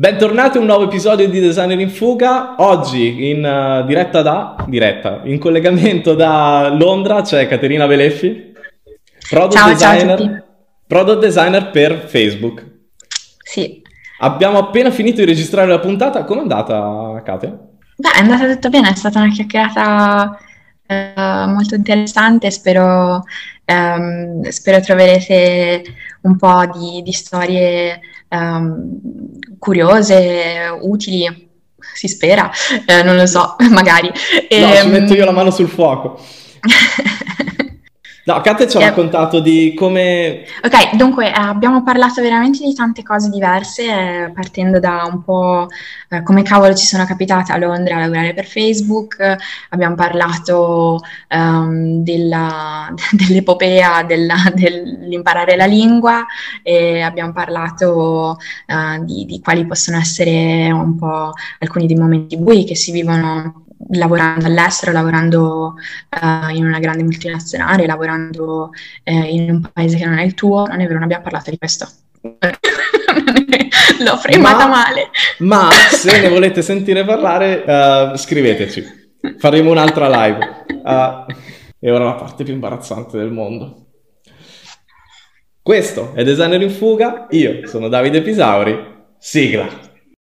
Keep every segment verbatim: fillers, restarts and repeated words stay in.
Bentornati a un nuovo episodio di Designer in Fuga. Oggi in uh, diretta da diretta, in collegamento da Londra c'è Caterina Veleffi, product Ciao, ciao a designer, tutti. product designer per Facebook. Sì, Abbiamo appena finito di registrare la puntata. Com'è andata, Kate? beh, è andata tutto bene, è stata una chiacchierata eh, molto interessante. Spero, ehm, spero troverete un po' di, di storie ehm, curiose, utili, si spera, eh, non lo so, magari. No, ci metto io la mano Ehm, sul fuoco. No, Kate ci ha e- raccontato di come... Ok, dunque eh, abbiamo parlato veramente di tante cose diverse, eh, partendo da un po' eh, come cavolo ci sono capitata a Londra a lavorare per Facebook. Eh, abbiamo parlato ehm, della- dell'epopea della- dell'imparare la lingua, e abbiamo parlato eh, di, di quali possono essere un po' alcuni dei momenti bui che si vivono lavorando all'estero, lavorando eh, in una grande multinazionale, lavorando eh, in un paese che non è il tuo. Non è vero, non abbiamo parlato di questo. L'ho framata Ma, male. ma se ne volete sentire parlare, eh, scriveteci. Faremo un'altra live. Eh, e ora la parte più imbarazzante del mondo. Questo è Designer in Fuga. Io sono Davide Pisauri. Sigla.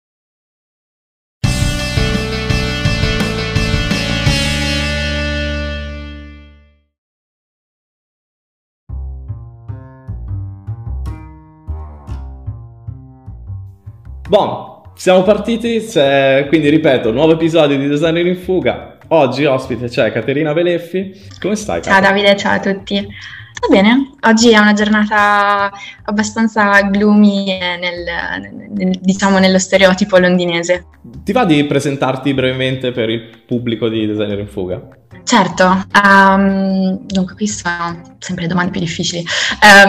Buon, siamo partiti, c'è- quindi ripeto, nuovo episodio di Designer in Fuga. Oggi ospite c'è Caterina Veleffi. Come stai, Ciao Kate? Davide, ciao a tutti. Va bene, oggi è una giornata abbastanza gloomy eh, nel, nel- diciamo nello stereotipo londinese. Ti va di presentarti brevemente per il pubblico di Designer in Fuga? Certo, ehm, dunque qui sono sempre le domande più difficili. Ehm,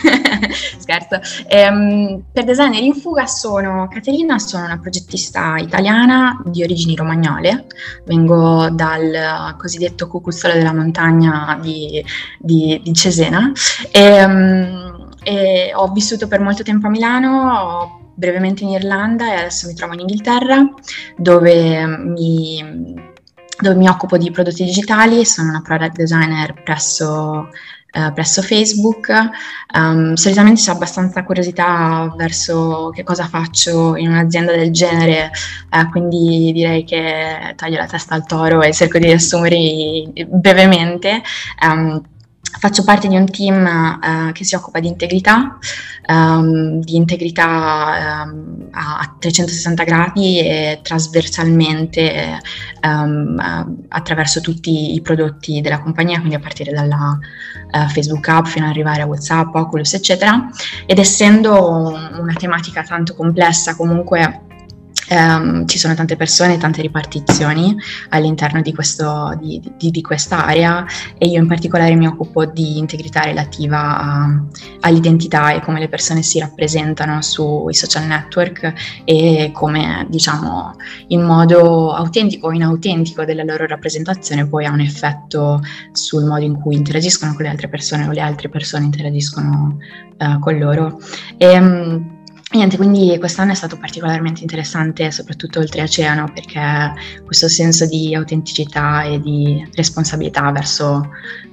scherzo. Ehm, per Designer in Fuga sono Caterina, sono una progettista italiana di origini romagnole, vengo dal cosiddetto cucuzzolo della montagna di, di- di Cesena, e, mm, e ho vissuto per molto tempo a Milano, ho brevemente in Irlanda e adesso mi trovo in Inghilterra, dove mi, dove mi occupo di prodotti digitali. Sono una product designer presso, eh, presso Facebook. Um, solitamente c'è abbastanza curiosità verso che cosa faccio in un'azienda del genere, eh, quindi direi che taglio la testa al toro e cerco di riassumere brevemente. Um, Faccio parte di un team eh, che si occupa di integrità, ehm, di integrità ehm, a trecentosessanta gradi e trasversalmente ehm, eh, attraverso tutti i prodotti della compagnia, quindi a partire dalla eh, Facebook App fino ad arrivare a WhatsApp, Oculus, eccetera. Ed essendo una tematica tanto complessa, comunque ehm, ci sono tante persone, tante ripartizioni all'interno di, questo, di, di, di questa area, e io in particolare mi occupo di integrità relativa a, all'identità e come le persone si rappresentano sui social network, e come, diciamo, in modo autentico o inautentico della loro rappresentazione poi ha un effetto sul modo in cui interagiscono con le altre persone o le altre persone interagiscono eh, con loro. E, Niente, quindi quest'anno è stato particolarmente interessante, soprattutto oltreoceano, perché questo senso di autenticità e di responsabilità verso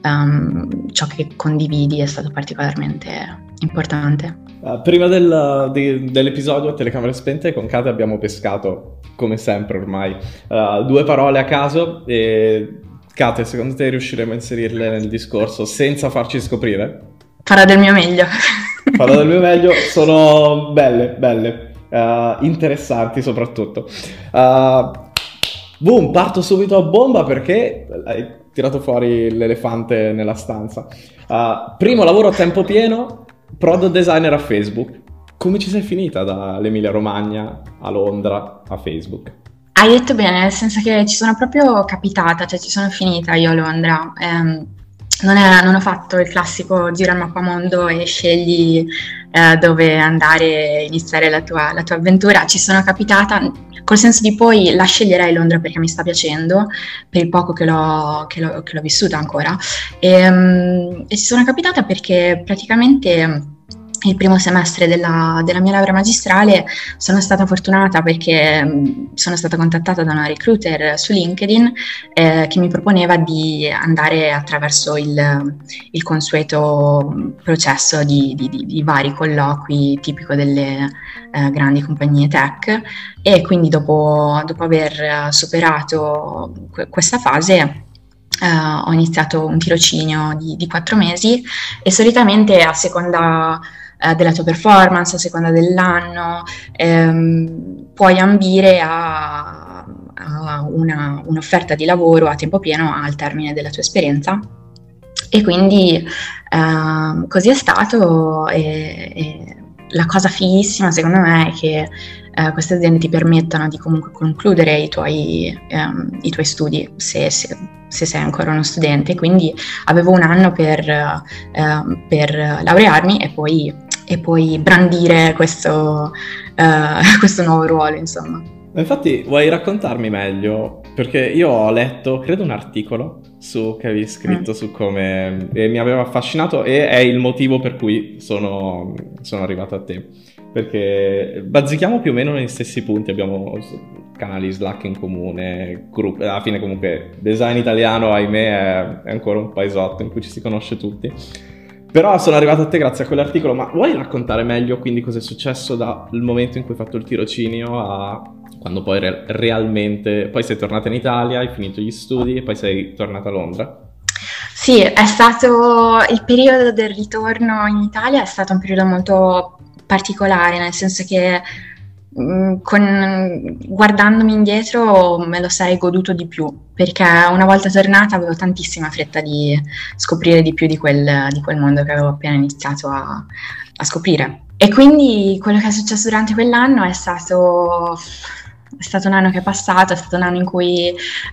um, ciò che condividi è stato particolarmente importante. Uh, prima del- di- dell'episodio a telecamere spente con Kate abbiamo pescato, come sempre ormai, uh, due parole a caso e Kate, secondo te riusciremo a inserirle nel discorso senza farci scoprire? Farò del mio meglio. Farò del mio meglio, sono belle, belle, uh, interessanti soprattutto. Uh, boom, parto subito a bomba perché hai tirato fuori l'elefante nella stanza. Uh, primo lavoro a tempo pieno, product designer a Facebook. Come ci sei finita dall'Emilia Romagna a Londra a Facebook? Hai detto bene, nel senso che ci sono proprio capitata, cioè ci sono finita io a Londra. Ehm, non, è- non ho fatto il classico giro al mappamondo e scegli eh, dove andare e iniziare la tua, la tua avventura. Ci sono capitata, col senso di poi la sceglierei Londra perché mi sta piacendo, per il poco che l'ho, che l'ho- che l'ho vissuta ancora. E, mm, e ci sono capitata perché praticamente il primo semestre della, della mia laurea magistrale sono stata fortunata perché mh, sono stata contattata da una recruiter su LinkedIn eh, che mi proponeva di andare attraverso il, il consueto processo di, di, di, di vari colloqui tipico delle eh, grandi compagnie tech, e quindi dopo, dopo aver superato que- questa fase Uh, ho iniziato un tirocinio di, di quattro mesi, e solitamente a seconda uh, della tua performance, a seconda dell'anno, ehm, puoi ambire a, a una, un'offerta di lavoro a tempo pieno al termine della tua esperienza. E quindi uh, così è stato, e, e la cosa fighissima secondo me è che Uh, queste aziende ti permettono di comunque concludere i tuoi, um, i tuoi studi se, se, se sei ancora uno studente. Quindi avevo un anno per, uh, per laurearmi e poi, e poi brandire questo, uh, questo nuovo ruolo, insomma. Infatti, vuoi raccontarmi meglio? Perché io ho letto, credo, un articolo su che avevi scritto mm. su come... e mi aveva affascinato, e è il motivo per cui sono, sono arrivato a te. Perché bazzichiamo più o meno negli stessi punti, abbiamo canali Slack in comune, gruppi, alla fine comunque design italiano, ahimè, è, è ancora un paesotto in cui ci si conosce tutti. Però sono arrivato a te grazie a quell'articolo. Ma vuoi raccontare meglio quindi cosa è successo dal momento in cui hai fatto il tirocinio a quando poi re- realmente, poi sei tornata in Italia, hai finito gli studi e poi sei tornata a Londra? Sì, è stato il periodo del ritorno in Italia, è stato un periodo molto particolare, nel senso che mh, con, guardandomi indietro me lo sarei goduto di più, perché una volta tornata avevo tantissima fretta di scoprire di più di quel, di quel mondo che avevo appena iniziato a, a scoprire. E quindi quello che è successo durante quell'anno è stato... È stato un anno che è passato, è stato un anno in cui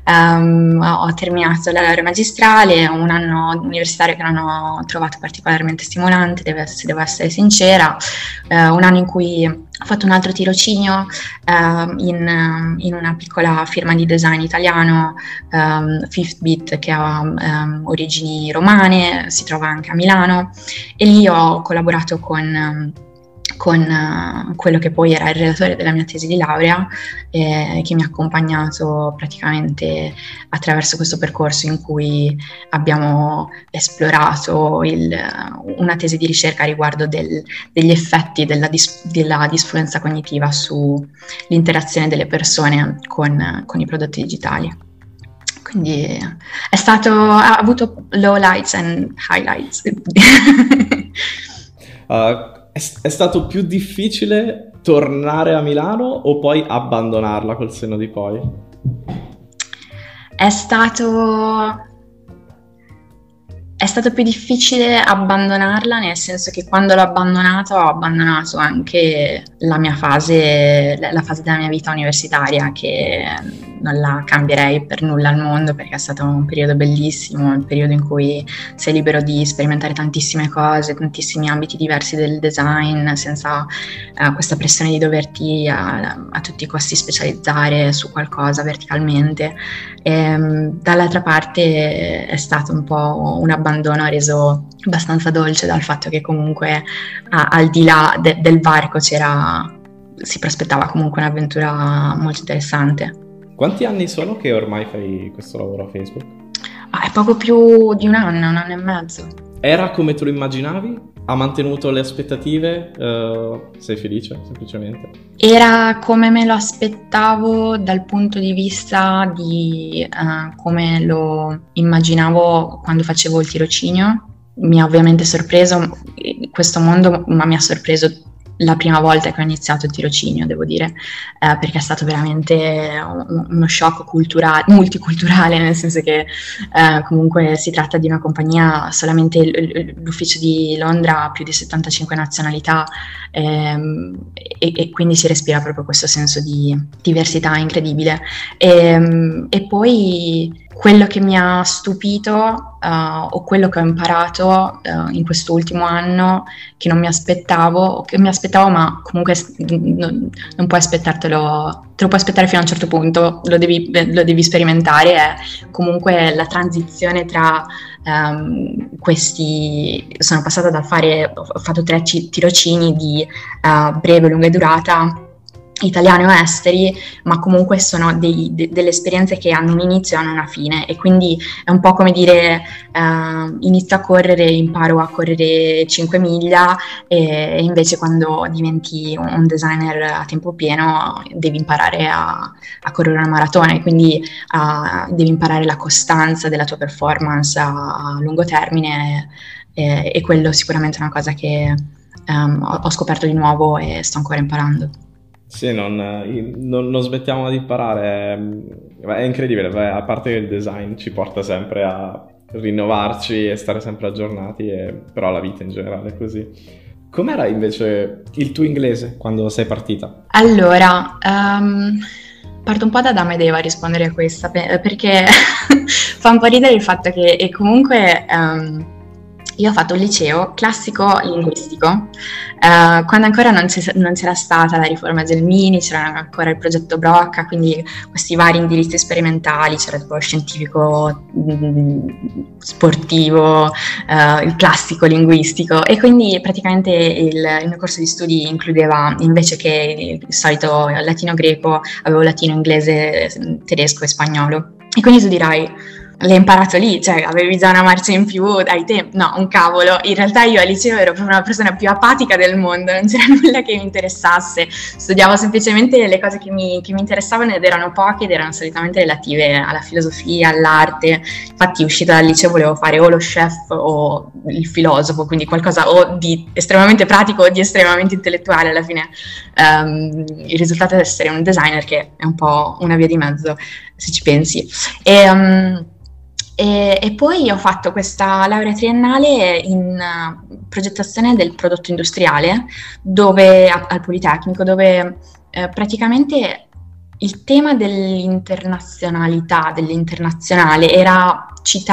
um, ho terminato la laurea magistrale, un anno universitario che non ho trovato particolarmente stimolante, deve, se devo essere sincera, uh, un anno in cui ho fatto un altro tirocinio uh, in, in una piccola firma di design italiano, um, Fifth Beat, che ha um, origini romane, si trova anche a Milano, e lì ho collaborato con... Um, con uh, quello che poi era il relatore della mia tesi di laurea, eh, che mi ha accompagnato praticamente attraverso questo percorso in cui abbiamo esplorato il, una tesi di ricerca riguardo del, degli effetti della, dis, della disfluenza cognitiva sull'interazione delle persone con, con i prodotti digitali. Quindi è stato, ha avuto lowlights and highlights. uh... È, è stato più difficile tornare a Milano o poi abbandonarla col senno di poi? È stato... È stato più difficile abbandonarla, nel senso che quando l'ho abbandonata ho abbandonato anche la mia fase, la fase della mia vita universitaria, che non la cambierei per nulla al mondo, perché è stato un periodo bellissimo, un periodo in cui sei libero di sperimentare tantissime cose, tantissimi ambiti diversi del design, senza uh, questa pressione di doverti a, a tutti i costi specializzare su qualcosa verticalmente. E, dall'altra parte è stato un po' un abbandono reso abbastanza dolce dal fatto che comunque a, al di là de, del varco c'era, si prospettava comunque un'avventura molto interessante. Quanti anni sono che ormai fai questo lavoro a Facebook? Ah, è poco più di un anno, un anno e mezzo. Era come te lo immaginavi? Ha mantenuto le aspettative? Uh, sei felice, semplicemente? Era come me lo aspettavo dal punto di vista di uh, come lo immaginavo quando facevo il tirocinio. Mi ha ovviamente sorpreso questo mondo, ma mi ha sorpreso la prima volta che ho iniziato il tirocinio, devo dire, eh, perché è stato veramente un, uno shock culturale, multiculturale, nel senso che eh, comunque si tratta di una compagnia, solamente l- l'ufficio di Londra ha più di settantacinque nazionalità, ehm, e, e quindi si respira proprio questo senso di diversità incredibile. E, e poi quello che mi ha stupito uh, o quello che ho imparato uh, in quest'ultimo anno che non mi aspettavo, o che mi aspettavo ma comunque non, non puoi aspettartelo, te lo puoi aspettare fino a un certo punto, lo devi, lo devi sperimentare, è comunque la transizione tra um, questi, sono passata dal fare, ho fatto tre c- tirocini di uh, breve, lunga durata, italiani o esteri, ma comunque sono dei, de, delle esperienze che hanno un inizio e hanno una fine, e quindi è un po' come dire uh, inizio a correre, imparo a correre cinque miglia e, e invece quando diventi un designer a tempo pieno devi imparare a, a correre una maratona, e quindi uh, devi imparare la costanza della tua performance a, a lungo termine, e, e quello sicuramente è una cosa che um, ho, ho scoperto di nuovo e sto ancora imparando. Sì, non, non, non smettiamo di imparare, è, è incredibile, beh, a parte che il design ci porta sempre a rinnovarci e stare sempre aggiornati, e, però la vita in generale è così. Com'era invece il tuo inglese quando sei partita? Allora, um, parto un po' da Adamo ed Eva a rispondere a questa, perché fa un po' ridere il fatto che e comunque... Um, io ho fatto un liceo classico linguistico, uh, quando ancora non, non c'era stata la riforma Gelmini, c'era ancora il progetto Brocca, quindi questi vari indirizzi sperimentali, c'era tipo scientifico, mh, sportivo, uh, il classico linguistico, e quindi praticamente il, il mio corso di studi includeva, invece che il solito latino-greco, avevo latino, inglese, tedesco e spagnolo. E quindi tu dirai... l'hai imparato lì, cioè avevi già una marcia in più dai tempi, no, un cavolo, in realtà io al liceo ero proprio una persona più apatica del mondo, non c'era nulla che mi interessasse, studiavo semplicemente le cose che mi, che mi interessavano, ed erano poche ed erano solitamente relative alla filosofia, all'arte. Infatti uscita dal liceo volevo fare o lo chef o il filosofo, quindi qualcosa o di estremamente pratico o di estremamente intellettuale. Alla fine um, il risultato è essere un designer, che è un po' una via di mezzo se ci pensi. E, um, E, e poi ho fatto questa laurea triennale in uh, progettazione del prodotto industriale, dove, a, al Politecnico, dove eh, praticamente il tema dell'internazionalità, dell'internazionale era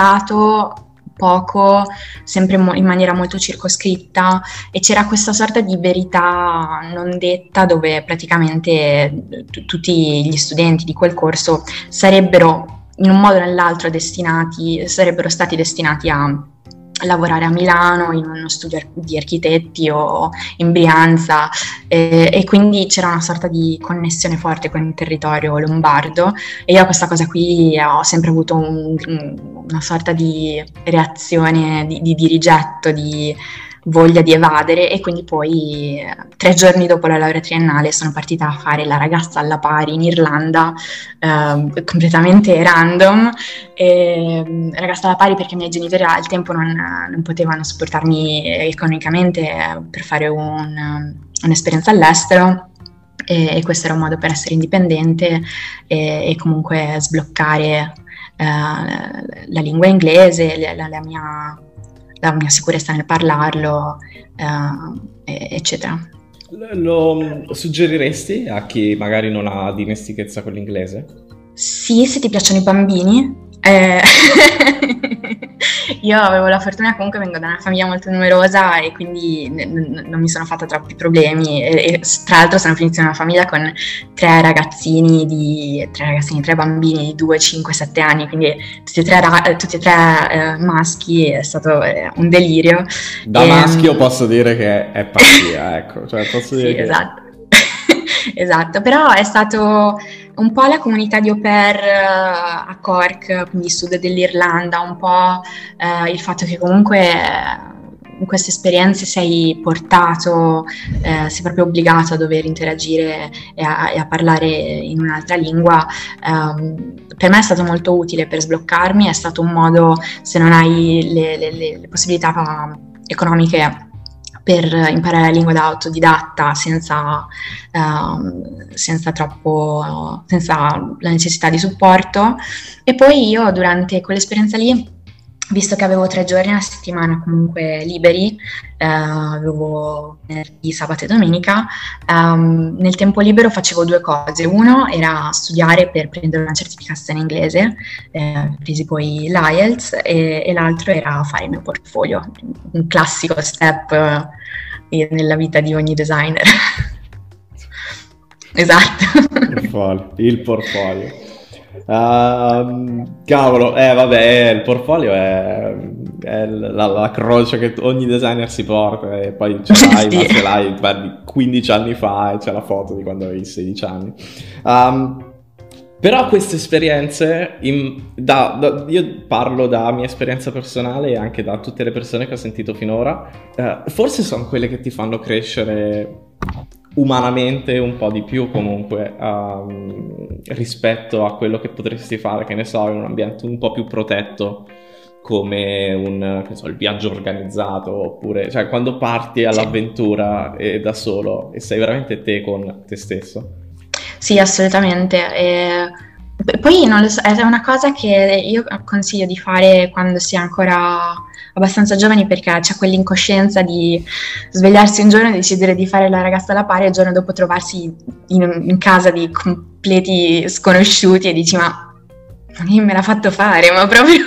citato poco, sempre mo- in maniera molto circoscritta, e c'era questa sorta di verità non detta, dove praticamente t- tutti gli studenti di quel corso sarebbero in un modo o nell'altro destinati, sarebbero stati destinati a lavorare a Milano in uno studio di architetti o in Brianza, eh, e quindi c'era una sorta di connessione forte con il territorio lombardo, e io a questa cosa qui ho sempre avuto un, una sorta di reazione di, di, di rigetto, di voglia di evadere, e quindi poi tre giorni dopo la laurea triennale sono partita a fare la ragazza alla pari in Irlanda, eh, completamente random, e, ragazza alla pari perché i miei genitori al tempo non, non potevano supportarmi economicamente per fare un, un'esperienza all'estero, e, e questo era un modo per essere indipendente e, e comunque sbloccare eh, la lingua inglese, la, la, la mia la mia sicurezza nel parlarlo, eh, eccetera. Lo suggeriresti a chi magari non ha dimestichezza con l'inglese? Sì, se ti piacciono i bambini. Eh, io avevo la fortuna, comunque vengo da una famiglia molto numerosa, e quindi n- n- non mi sono fatta troppi problemi, e, e tra l'altro sono finita in una famiglia con tre ragazzini di tre ragazzini, tre bambini di due, cinque, sette anni, quindi tutti e tre, ra- tutti e tre eh, maschi, è stato eh, un delirio. Da e, maschio posso dire che è pazzia, ecco, cioè posso dire sì, che... esatto. Esatto, però è stato un po' la comunità di au pair uh, a Cork, quindi sud dell'Irlanda, un po' uh, il fatto che comunque in queste esperienze sei portato, eh, sei proprio obbligato a dover interagire e a, e a parlare in un'altra lingua. Um, per me è stato molto utile per sbloccarmi, è stato un modo, se non hai le, le, le possibilità economiche per imparare la lingua da autodidatta, senza, uh, senza troppo, senza la necessità di supporto. E poi io durante quell'esperienza lì visto che avevo tre giorni a settimana comunque liberi, eh, avevo venerdì, sabato e domenica, ehm, nel tempo libero facevo due cose. Uno era studiare per prendere una certificazione inglese, eh, presi poi l'I E L T S, e, e l'altro era fare il mio portfolio, un classico step eh, nella vita di ogni designer. Esatto. Portfolio, il portfolio. Uh, cavolo, eh vabbè, il portfolio è, è la, la croce che ogni designer si porta, e poi ce l'hai, Sì. ma ce l'hai guardi, quindici anni fa e c'è la foto di quando avevi sedici anni. Um, però queste esperienze, in, da, da, io parlo da mia esperienza personale e anche da tutte le persone che ho sentito finora, uh, forse sono quelle che ti fanno crescere umanamente un po' di più comunque um, rispetto a quello che potresti fare, che ne so, in un ambiente un po' più protetto come un, che so, il viaggio organizzato, oppure, cioè, quando parti all'avventura e da solo e sei veramente te con te stesso. Sì, assolutamente. E poi non lo so, è una cosa che io consiglio di fare quando si è ancora abbastanza giovani, perché c'è quell'incoscienza di svegliarsi un giorno e decidere di fare la ragazza alla pari e il giorno dopo trovarsi in, in casa di completi sconosciuti e dici ma chi me l'ha fatto fare? Ma proprio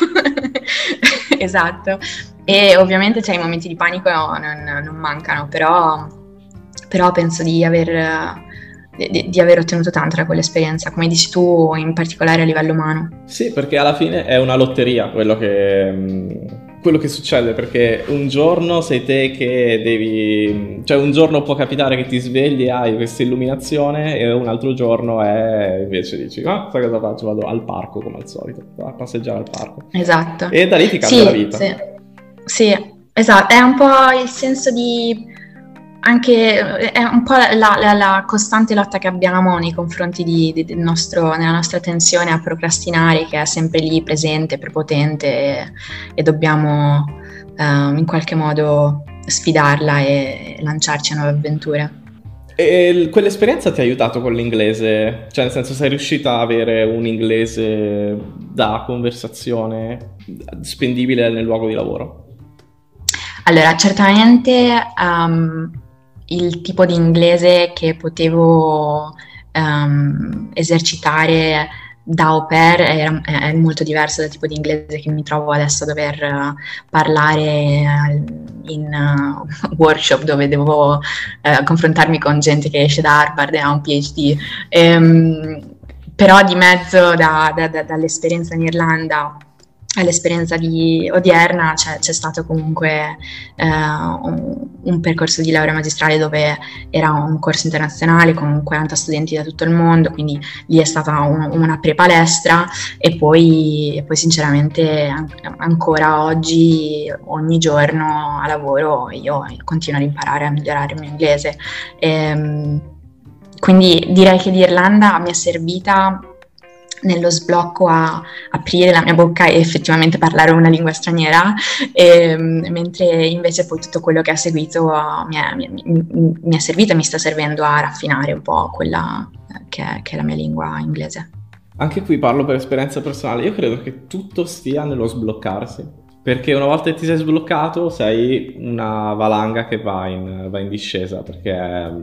esatto. E ovviamente c'è i momenti di panico non, non mancano, però, però penso di aver Di, di aver ottenuto tanto da quell'esperienza, come dici tu, in particolare a livello umano. Sì, perché alla fine è una lotteria quello che, quello che succede, perché un giorno sei te che devi, cioè un giorno può capitare che ti svegli e hai questa illuminazione, e un altro giorno è invece dici ah, sai cosa faccio? Vado al parco come al solito, a passeggiare al parco. Esatto. E da lì ti cambia sì, la vita. Sì. sì, esatto, è un po' il senso di anche è un po' la, la, la costante lotta che abbiamo nei confronti di, di, del nostro, nella nostra tensione a procrastinare, che è sempre lì presente, prepotente, e, e dobbiamo um, in qualche modo sfidarla e lanciarci a nuove avventure. E quell'esperienza ti ha aiutato con l'inglese? Cioè, nel senso, sei riuscita a avere un inglese da conversazione spendibile nel luogo di lavoro? Allora, certamente um, il tipo di inglese che potevo um, esercitare da au pair era, è molto diverso dal tipo di inglese che mi trovo adesso a dover uh, parlare uh, in uh, workshop dove devo uh, confrontarmi con gente che esce da Harvard e ha un P H D. Um, però di mezzo da, da, da, dall'esperienza in Irlanda all'esperienza di odierna c'è, c'è stato comunque eh, un, un percorso di laurea magistrale dove era un corso internazionale con quaranta studenti da tutto il mondo, quindi lì è stata un, una pre-palestra, e poi, e poi sinceramente an- ancora oggi ogni giorno a lavoro io continuo ad imparare a migliorare il mio inglese. E, quindi direi che l'Irlanda mi è servita nello sblocco a aprire la mia bocca e effettivamente parlare una lingua straniera, e, mentre invece poi tutto quello che ha seguito uh, mi, è, mi, mi, mi è servito e mi sta servendo a raffinare un po' quella che è, che è la mia lingua inglese. Anche qui parlo per esperienza personale, io credo che tutto stia nello sbloccarsi, perché una volta che ti sei sbloccato sei una valanga che va in, va in discesa, perché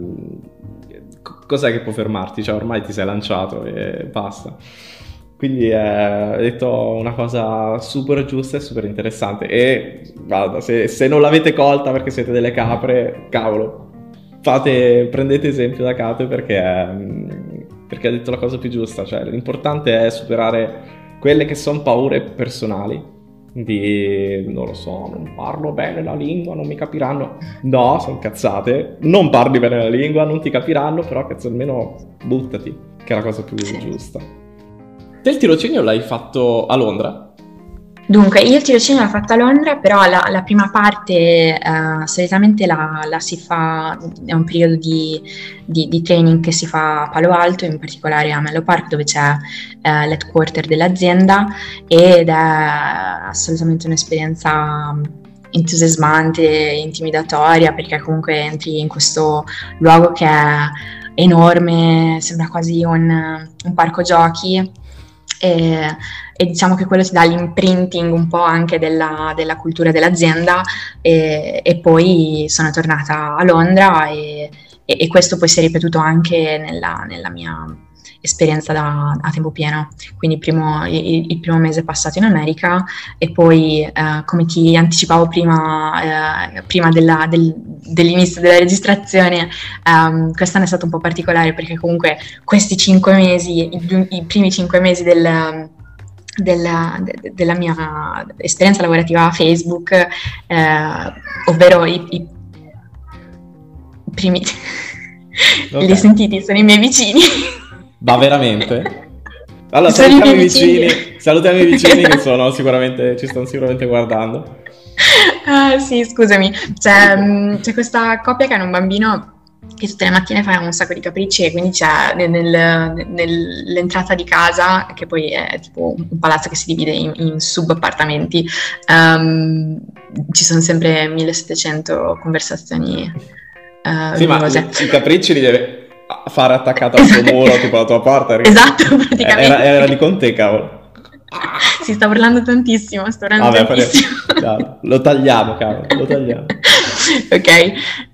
cos'è che può fermarti? Cioè ormai ti sei lanciato e basta. Quindi hai eh, detto una cosa super giusta e super interessante, e guarda, se, se non l'avete colta perché siete delle capre, cavolo, fate, prendete esempio da Kate, perché, perché ha detto la cosa più giusta. Cioè l'importante è superare quelle che sono paure personali di, non lo so, non parlo bene la lingua, non mi capiranno. No, sono cazzate, non parli bene la lingua, non ti capiranno, però cazzo, almeno buttati, che è la cosa più Sì. giusta. Te il tirocinio l'hai fatto a Londra? Dunque, io il tirocinio l'ho fatto a Londra, però la, la prima parte eh, solitamente la, la si fa, è un periodo di, di, di training che si fa a Palo Alto, in particolare a Menlo Park, dove c'è eh, l'headquarter dell'azienda, ed è assolutamente un'esperienza entusiasmante, intimidatoria, perché comunque entri in questo luogo che è enorme, sembra quasi un, un parco giochi. E, e diciamo che quello ti dà l'imprinting un po' anche della, della cultura dell'azienda, e, e poi sono tornata a Londra e, e, e questo poi si è ripetuto anche nella, nella mia esperienza da, a tempo pieno, quindi il primo, il, il primo mese passato in America e poi eh, come ti anticipavo prima, eh, prima della, del, dell'inizio della registrazione, um, quest'anno è stato un po' particolare perché comunque questi cinque mesi, i, i primi cinque mesi del Della, de, della mia esperienza lavorativa a Facebook, eh, ovvero i, i primi okay. Li sentiti, sono i miei vicini. Ma veramente? Allora salutiamo i vicini, vicini. salutiamo i vicini che sono sicuramente, ci stanno sicuramente guardando. Ah, sì, scusami, c'è, c'è questa coppia che hanno un bambino che tutte le mattine fa un sacco di capricci e quindi c'è nel, nel, nell'entrata di casa, che poi è tipo un palazzo che si divide in, in sub-appartamenti, um, ci sono sempre millesettecento conversazioni uh, sì, ma i capricci li deve fare attaccato al tuo muro, tipo alla tua porta. Esatto, praticamente. Era, era di con te, cavolo. Si sta parlando tantissimo, sto parlando Vabbè, tantissimo. Fare... Lo tagliamo, cavolo, lo tagliamo. Ok.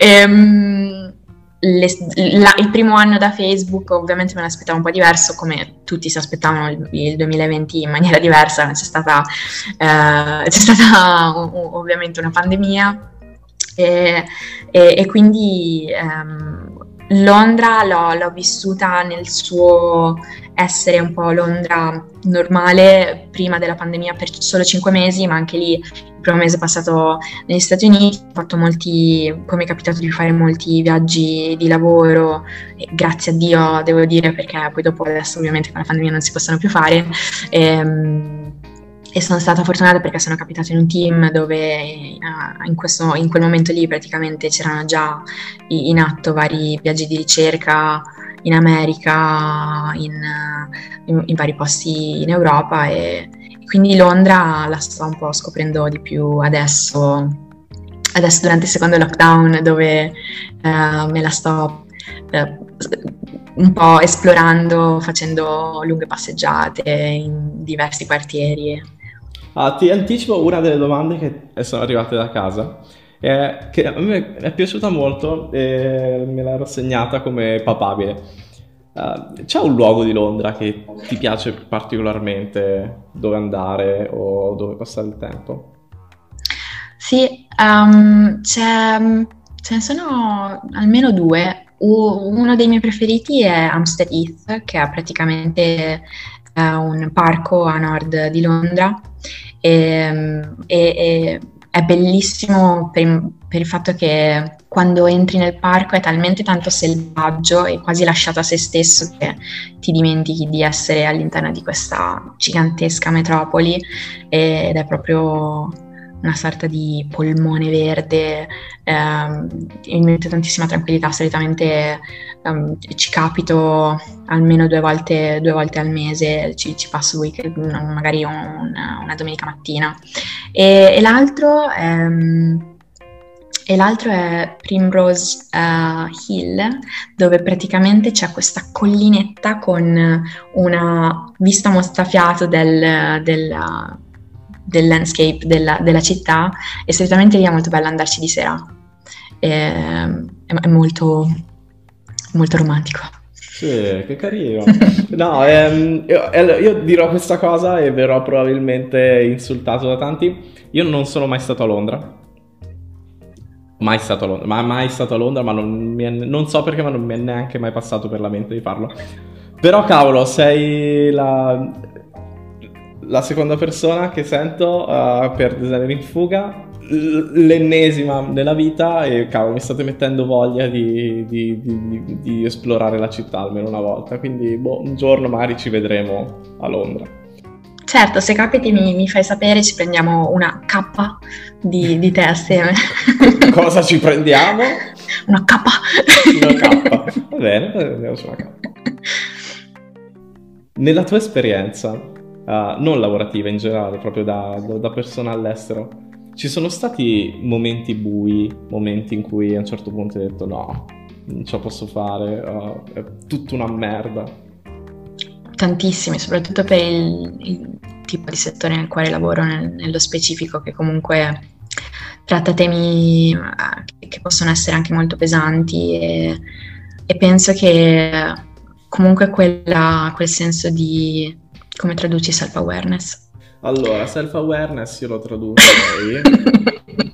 Um, Le, la, il primo anno da Facebook ovviamente me l'aspettavo un po' diverso, come tutti si aspettavano il, il duemilaventi in maniera diversa, c'è stata, eh, c'è stata uh, ovviamente una pandemia e, e, e quindi ehm, Londra l'ho, l'ho vissuta nel suo essere un po' Londra normale prima della pandemia per solo cinque mesi, ma anche lì il primo mese passato negli Stati Uniti ho fatto molti, poi mi è capitato di fare molti viaggi di lavoro, e grazie a Dio devo dire, perché poi dopo adesso ovviamente con la pandemia non si possono più fare, e, e sono stata fortunata perché sono capitata in un team dove uh, in, questo, in quel momento lì praticamente c'erano già in atto vari viaggi di ricerca in America, in, in, in vari posti in Europa, e quindi Londra la sto un po' scoprendo di più adesso, adesso durante il secondo lockdown, dove uh, me la sto uh, un po' esplorando, facendo lunghe passeggiate in diversi quartieri. Ah, ti anticipo una delle domande che sono arrivate da casa, eh, che a me è piaciuta molto e me l'ero segnata come papabile. Uh, c'è un luogo di Londra che ti piace particolarmente, dove andare o dove passare il tempo? Sì, um, c'è, ce ne sono almeno due. Uno dei miei preferiti è Hampstead Heath, che è praticamente uh, un parco a nord di Londra. E, e, e è bellissimo per, per il fatto che quando entri nel parco è talmente tanto selvaggio e quasi lasciato a se stesso che ti dimentichi di essere all'interno di questa gigantesca metropoli, ed è proprio una sorta di polmone verde, ehm, mi mette tantissima tranquillità. Solitamente um, ci capito almeno due volte, due volte al mese, ci, ci passo weekend, magari un, una, una domenica mattina. E, e l'altro è, e l'altro è Primrose uh, Hill, dove praticamente c'è questa collinetta con una vista mozzafiato del, del, del landscape della, della città, e solitamente lì è molto bello andarci di sera, e, è, è molto, molto romantico. Sì, che carino. No, ehm, io, io dirò questa cosa e verrò probabilmente insultato da tanti. Io non sono mai stato a Londra. Mai stato a Londra, ma mai stato a Londra, ma non, mi è, non so perché, ma non mi è neanche mai passato per la mente di farlo. Però cavolo, sei la, la seconda persona che sento uh, per Designer in Fuga, l'ennesima nella vita, e cavolo, mi state mettendo voglia di, di, di, di, di esplorare la città almeno una volta, quindi boh, un giorno magari ci vedremo a Londra. Certo, se capiti mi, mi fai sapere, ci prendiamo una cappa di, di te assieme. Cosa ci prendiamo? Una cappa. Una cappa, va bene, prendiamo su una cappa. Nella tua esperienza, uh, non lavorativa in generale, proprio da, da, da persona all'estero, ci sono stati momenti bui, momenti in cui a un certo punto hai detto no, non ce la posso fare, uh, è tutta una merda? Tantissimi, soprattutto per il, il, tipo di settore nel quale lavoro, nel, nello specifico, che comunque tratta temi eh, che possono essere anche molto pesanti, e, e penso che comunque quella, quel senso di, come traduci self-awareness? Allora, self-awareness io lo tradurrei...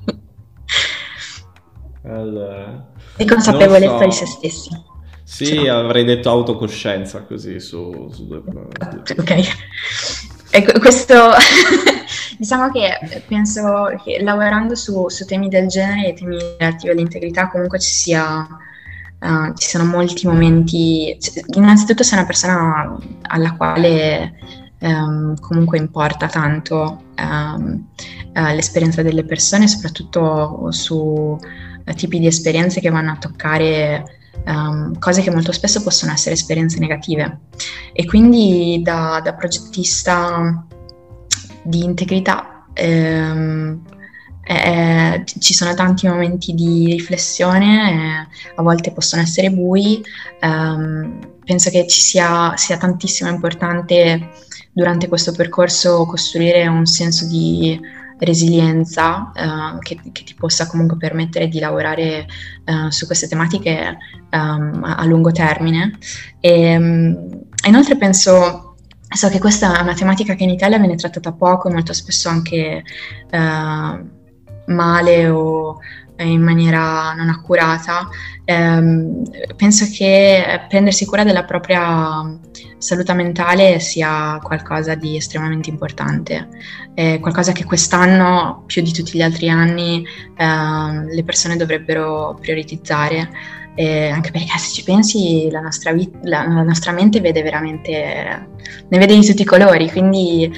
allora, di consapevolezza so. Di se stessi. Sì, cioè, avrei detto autocoscienza, così su, su due... Ok. E questo... diciamo che penso che lavorando su, su temi del genere e temi relativi all'integrità comunque ci sia... Uh, ci sono molti momenti... Innanzitutto sei una persona alla quale um, comunque importa tanto um, uh, l'esperienza delle persone, soprattutto su uh, tipi di esperienze che vanno a toccare um, cose che molto spesso possono essere esperienze negative. E quindi da, da progettista di integrità ehm, eh, ci sono tanti momenti di riflessione, eh, a volte possono essere bui. ehm, penso che ci sia, sia tantissimo importante durante questo percorso costruire un senso di resilienza eh, che, che ti possa comunque permettere di lavorare eh, su queste tematiche um, a, a lungo termine. E, um, inoltre penso So che questa è una tematica che in Italia viene trattata poco e molto spesso anche eh, male o in maniera non accurata. Eh, penso che prendersi cura della propria salute mentale sia qualcosa di estremamente importante, è qualcosa che quest'anno, più di tutti gli altri anni, eh, le persone dovrebbero prioritizzare. Eh, anche perché se ci pensi la nostra, vita, la, la nostra mente vede veramente, ne vede di tutti i colori, quindi,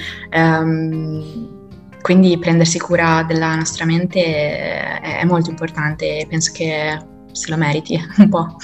um, quindi prendersi cura della nostra mente è, è molto importante e penso che se lo meriti un po'.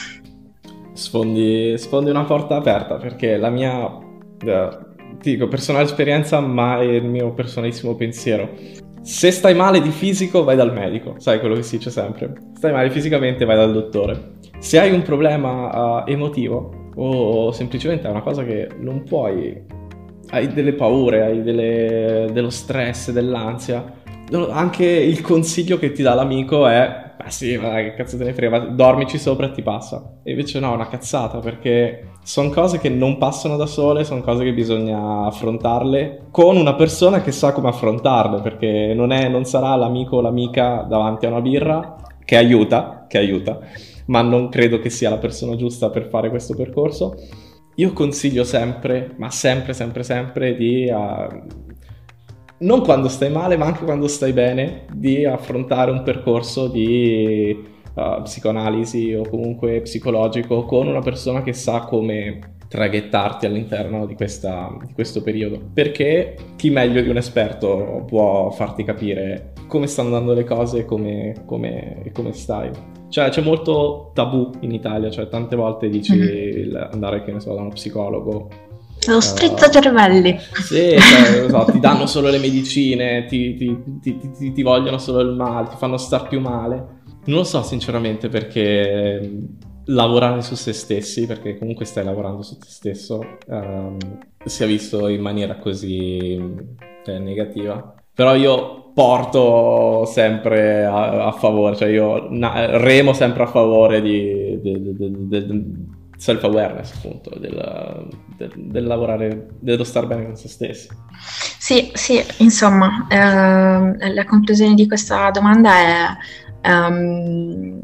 Sfondi, sfondi una porta aperta, perché la mia, eh, ti dico, personale esperienza, ma è il mio personalissimo pensiero. Se stai male di fisico vai dal medico, sai quello che si dice sempre. Stai male fisicamente vai dal dottore. Se hai un problema uh, emotivo o semplicemente è una cosa che non puoi, hai delle paure, hai delle, dello stress, dell'ansia, anche il consiglio che ti dà l'amico è beh sì, ma che cazzo te ne frega, dormici sopra e ti passa. E invece no, è una cazzata, perché sono cose che non passano da sole, sono cose che bisogna affrontarle con una persona che sa come affrontarle, perché non, è, non sarà l'amico o l'amica davanti a una birra, che aiuta, che aiuta, ma non credo che sia la persona giusta per fare questo percorso. Io consiglio sempre, ma sempre, sempre, sempre, di... Uh, non quando stai male, ma anche quando stai bene, di affrontare un percorso di uh, psicoanalisi o comunque psicologico con una persona che sa come traghettarti all'interno di, questa, di questo periodo. Perché chi meglio di un esperto può farti capire come stanno andando le cose e come, come, come stai. Cioè c'è molto tabù in Italia, cioè tante volte dici mm-hmm. andare, che ne so, da uno psicologo, lo strizzacervelli. Uh, sì, cioè, so, ti danno solo le medicine, ti, ti, ti, ti, ti vogliono solo il male, ti fanno star più male. Non lo so sinceramente, perché lavorare su se stessi, perché comunque stai lavorando su te stesso, um, sia visto in maniera così eh, negativa. Però io porto sempre a, a favore, cioè io na- remo sempre a favore di... di, di, di, di self-awareness, appunto, del, del, del lavorare, dello star bene con se stessi. Sì, sì, insomma, eh, la conclusione di questa domanda è um,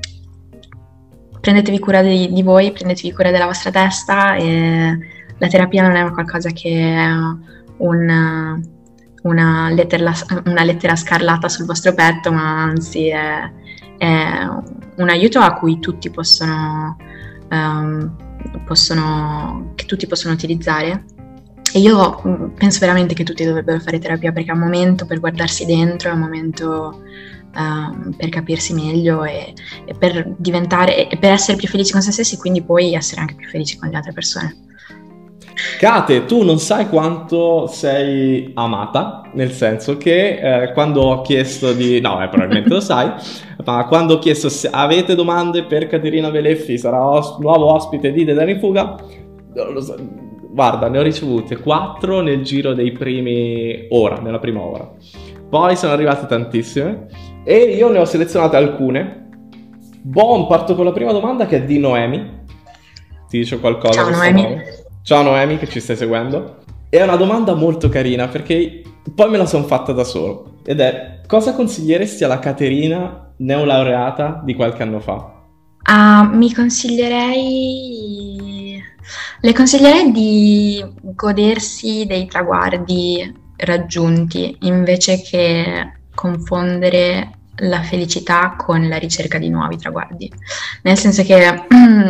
prendetevi cura di, di voi, prendetevi cura della vostra testa, e la terapia non è qualcosa che è un, una, lettera, una lettera scarlata sul vostro petto, ma anzi è, è un aiuto a cui tutti possono Um, possono, che tutti possono utilizzare. E io mh, penso veramente che tutti dovrebbero fare terapia, perché è un momento per guardarsi dentro, è un momento um, per capirsi meglio e, e per diventare e per essere più felici con se stessi, e quindi poi essere anche più felici con le altre persone. Kate, tu non sai quanto sei amata, nel senso che eh, quando ho chiesto di... no, eh, probabilmente lo sai, ma quando ho chiesto se avete domande per Caterina Veleffi, sarà os- nuovo ospite di De Dani in Fuga, lo so, guarda, ne ho ricevute quattro nel giro dei primi ora, nella prima ora. Poi sono arrivate tantissime e io ne ho selezionate alcune. Boom, parto con la prima domanda che è di Noemi. Ti dice qualcosa? Ciao Noemi. Nome? Ciao Noemi, che ci stai seguendo. È una domanda molto carina perché poi me la sono fatta da solo. Ed è: cosa consiglieresti alla Caterina neolaureata di qualche anno fa? Uh, mi consiglierei... Le consiglierei di godersi dei traguardi raggiunti invece che confondere la felicità con la ricerca di nuovi traguardi. Nel senso che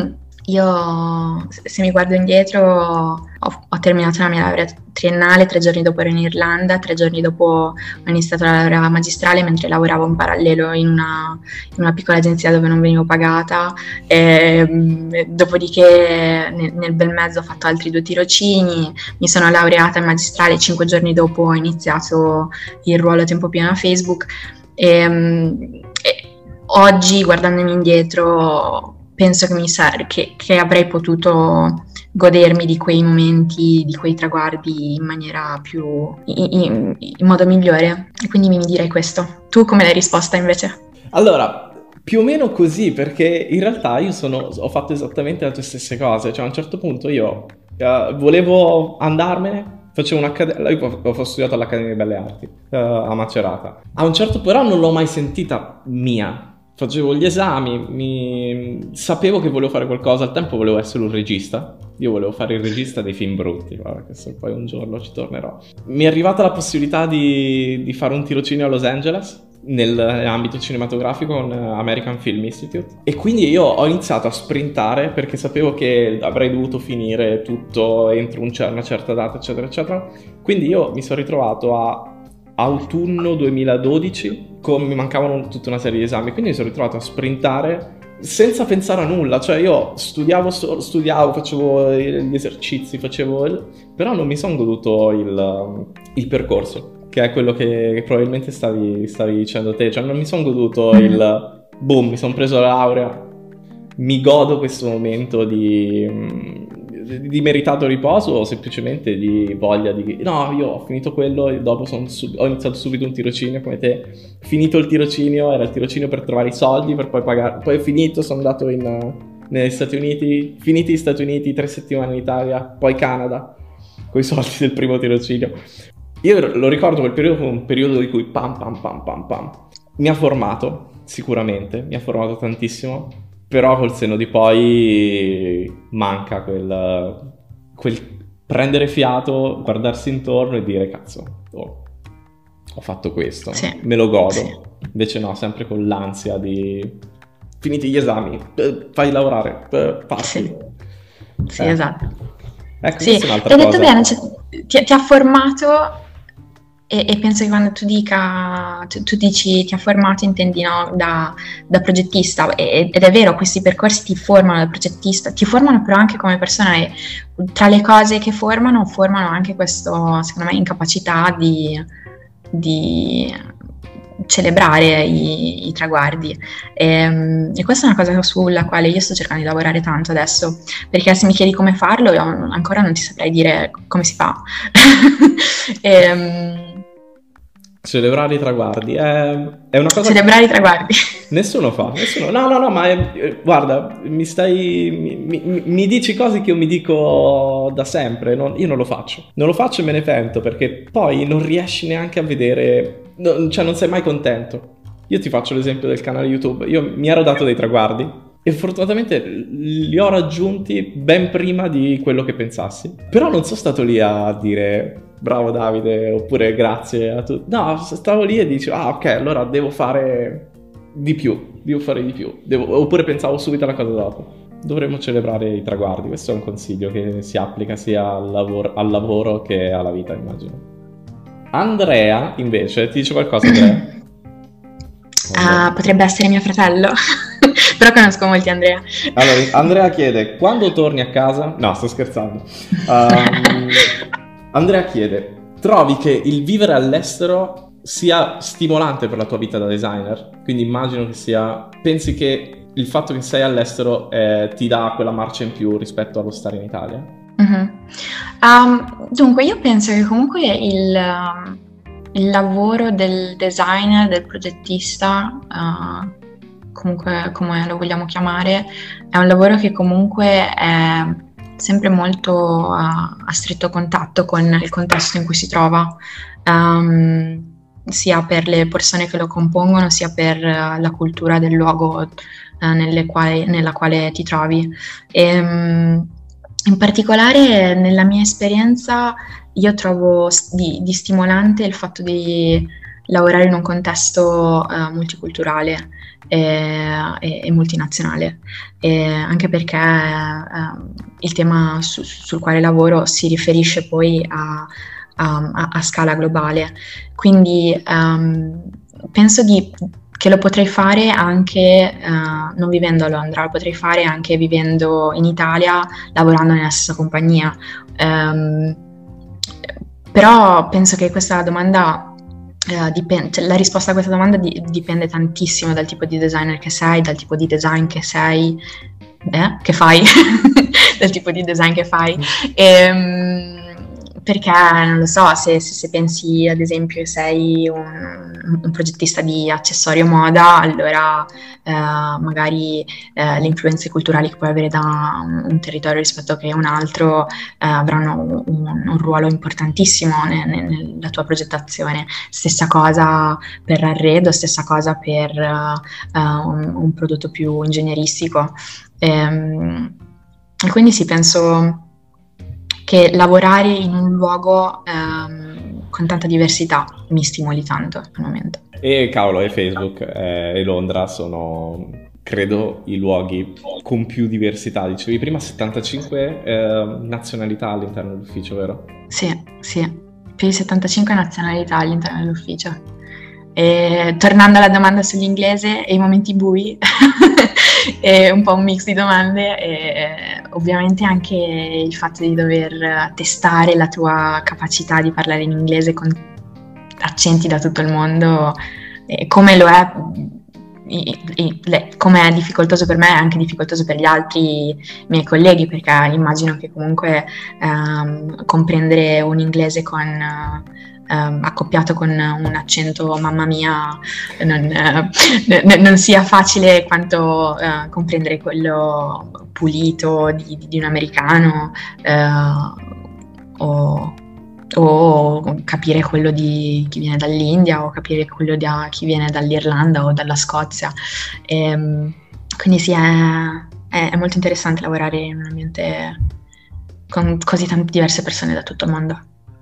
io, se mi guardo indietro, ho, ho terminato la mia laurea triennale, tre giorni dopo ero in Irlanda, tre giorni dopo ho iniziato la laurea magistrale mentre lavoravo in parallelo in una, in una piccola agenzia dove non venivo pagata, e, dopodiché nel, nel bel mezzo ho fatto altri due tirocini, mi sono laureata in magistrale, cinque giorni dopo ho iniziato il ruolo a tempo pieno a Facebook e, e oggi, guardandomi indietro, penso che, mi sa- che, che avrei potuto godermi di quei momenti, di quei traguardi in maniera più, in, in, in modo migliore, e quindi mi direi questo. Tu come l'hai risposta invece? Allora, più o meno così, perché in realtà io sono, ho fatto esattamente le tue stesse cose. Cioè, a un certo punto io uh, volevo andarmene, facevo un'accademia, io ho studiato all'Accademia di Belle Arti uh, a Macerata. A un certo punto, però non l'ho mai sentita mia. Facevo gli esami, mi... sapevo che volevo fare qualcosa, al tempo volevo essere un regista, io volevo fare il regista dei film brutti, guarda che se poi un giorno ci tornerò. Mi è arrivata la possibilità di, di fare un tirocinio a Los Angeles, nell'ambito cinematografico con American Film Institute, e quindi io ho iniziato a sprintare perché sapevo che avrei dovuto finire tutto entro un cer- una certa data, eccetera, eccetera. Quindi io mi sono ritrovato a autunno duemiladodici, con, mi mancavano tutta una serie di esami, quindi mi sono ritrovato a sprintare senza pensare a nulla. Cioè io studiavo, studiavo, facevo gli esercizi, facevo il... però non mi sono goduto il, il percorso, che è quello che, che probabilmente stavi, stavi dicendo te. Cioè non mi sono goduto il boom, mi sono preso la laurea, mi godo questo momento di... di meritato riposo o semplicemente di voglia di no, io ho finito quello e dopo son sub... ho iniziato subito un tirocinio come te. Finito il tirocinio, era il tirocinio per trovare i soldi per poi pagare, poi ho finito, sono andato in, negli Stati Uniti, finiti gli Stati Uniti, tre settimane in Italia, poi Canada con i soldi del primo tirocinio. Io lo ricordo quel periodo come un periodo di cui pam pam pam pam pam mi ha formato, sicuramente mi ha formato tantissimo. Però col senno di poi manca quel, quel prendere fiato, guardarsi intorno e dire cazzo, oh, ho fatto questo, Sì. me lo godo. Sì. Invece no, sempre con l'ansia di finiti gli esami, eh, fai lavorare, eh, parti. Sì, sì Eh. esatto. Ecco, Sì, questa è un'altra hai detto cosa. bene, cioè, ti, ti ha formato e, e penso che quando tu dica, tu, tu dici ti ha formato, intendi no, da, da progettista, e- ed è vero, questi percorsi ti formano da progettista, ti formano però anche come persona, e tra le cose che formano, formano anche questo, secondo me, incapacità di, di celebrare i, i traguardi. E, e questa è una cosa sulla quale io sto cercando di lavorare tanto adesso, perché se mi chiedi come farlo, io ancora non ti saprei dire come si fa. e, Celebrare i traguardi è, è una cosa celebrare i traguardi. Nessuno fa, nessuno. No, no, no, ma è- eh, guarda, mi stai. Mi, mi- mi dici cose che io mi dico da sempre. non- io non lo faccio. Non lo faccio e me ne pento perché poi non riesci neanche a vedere. no- cioè, non sei mai contento. Io ti faccio l'esempio del canale YouTube. Io mi ero dato dei traguardi e fortunatamente li ho raggiunti ben prima di quello che pensassi. Però non sono stato lì a dire bravo Davide oppure grazie a tutti. No, stavo lì e dicevo, ah, ok, allora devo fare di più, devo fare di più. Devo- Oppure pensavo subito alla cosa dopo. Dovremmo celebrare i traguardi. Questo è un consiglio che si applica sia al lavoro, al lavoro che alla vita, immagino. Andrea, invece, ti dice qualcosa, Andrea? Ah, potrebbe essere mio fratello, però conosco molti Andrea. Allora, Andrea chiede, quando torni a casa? No, sto scherzando. Um, Andrea chiede, trovi che il vivere all'estero sia stimolante per la tua vita da designer? Quindi immagino che sia... Pensi che il fatto che sei all'estero eh, ti dà quella marcia in più rispetto allo stare in Italia? Mhm. Um, dunque, io penso che comunque il, um, il lavoro del designer, del progettista, uh, comunque come lo vogliamo chiamare, è un lavoro che comunque è sempre molto a, a stretto contatto con il contesto in cui si trova, um, sia per le persone che lo compongono, sia per uh, la cultura del luogo uh, nelle quali- nella quale ti trovi. E, um, in particolare, nella mia esperienza, io trovo s- di, di stimolante il fatto di lavorare in un contesto eh, multiculturale e, e- e multinazionale, e anche perché ehm, il tema su- sul quale lavoro si riferisce poi a, a- a- a scala globale. Quindi ehm, penso di- che lo potrei fare anche eh, non vivendo a Londra, lo potrei fare anche vivendo in Italia, lavorando nella stessa compagnia. Ehm, però penso che questa domanda, eh, dipende, cioè, la risposta a questa domanda di- dipende tantissimo dal tipo di designer che sei, dal tipo di design che sei, eh, che fai, dal tipo di design che fai. Ehm, perché non lo so, se, se- se pensi ad esempio che sei un, un progettista di accessorio moda, allora eh, magari eh, le influenze culturali che puoi avere da un, un territorio rispetto che un altro eh, avranno un, un ruolo importantissimo ne- ne- nella tua progettazione. Stessa cosa per l'arredo, stessa cosa per eh, eh, un, un prodotto più ingegneristico. Ehm, E quindi sì, penso che lavorare in un luogo ehm, con tanta diversità mi stimoli tanto al momento. E cavolo, e Facebook eh, e Londra sono, credo, i luoghi con più diversità. Dicevi prima settantacinque eh, nazionalità all'interno dell'ufficio, vero? Sì, sì, più di settantacinque nazionalità all'interno dell'ufficio. E tornando alla domanda sull'inglese e i momenti bui, è un po' un mix di domande e ovviamente anche il fatto di dover testare la tua capacità di parlare in inglese con accenti da tutto il mondo, e come lo è, i- i- le- come è difficoltoso per me, è anche difficoltoso per gli altri miei colleghi, perché immagino che comunque ehm, comprendere un inglese con, ehm, accoppiato con un accento mamma mia non, eh, n- non sia facile quanto eh, comprendere quello pulito di, di un americano eh, o, o capire quello di chi viene dall'India o capire quello di a- chi viene dall'Irlanda o dalla Scozia. Ehm, quindi sì, è, è- è molto interessante lavorare in un ambiente con così tante diverse persone da tutto il mondo.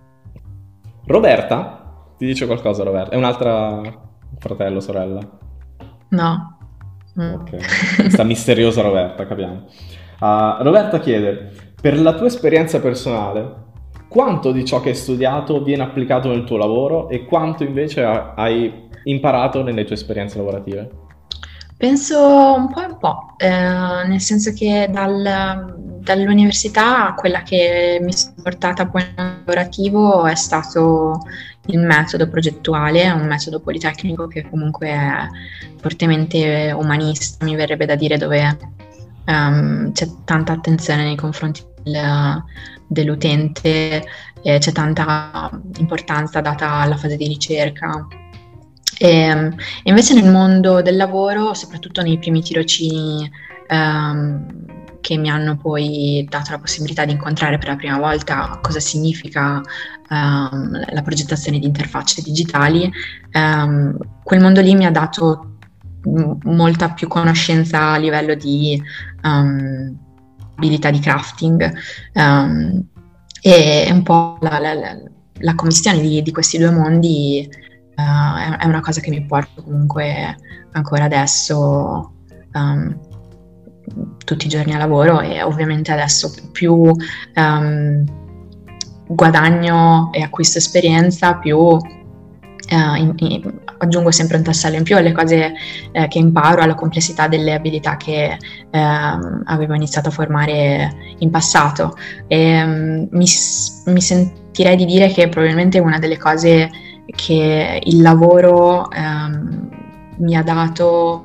Roberta? Ti dice qualcosa, Roberta? È un'altra fratello, sorella? No. Mm. Ok, sta misteriosa Roberta, capiamo. Ah, Roberta chiede, per la tua esperienza personale, quanto di ciò che hai studiato viene applicato nel tuo lavoro e quanto invece ha- hai imparato nelle tue esperienze lavorative? Penso un po' e un po', eh, nel senso che dal- dall'università quella che mi sono portata poi nel lavorativo è stato il metodo progettuale, un metodo politecnico che comunque è fortemente umanista, mi verrebbe da dire, dove ehm, c'è tanta attenzione nei confronti del- dell'utente, eh, c'è tanta importanza data alla fase di ricerca. E, invece nel mondo del lavoro, soprattutto nei primi tirocini ehm, che mi hanno poi dato la possibilità di incontrare per la prima volta cosa significa ehm, la progettazione di interfacce digitali, ehm, quel mondo lì mi ha dato m- molta più conoscenza a livello di ehm, abilità di crafting, ehm, e un po' la, la- la- la commistione di, di questi due mondi eh, è, è una cosa che mi porto comunque ancora adesso ehm, tutti i giorni a lavoro, e ovviamente adesso più ehm, guadagno e acquisto esperienza, più eh, in- in- aggiungo sempre un tassello in più alle cose eh, che imparo, alla complessità delle abilità che ehm, avevo iniziato a formare in passato. E, ehm, mi, s- mi sentirei di dire che probabilmente una delle cose che il lavoro ehm, mi ha dato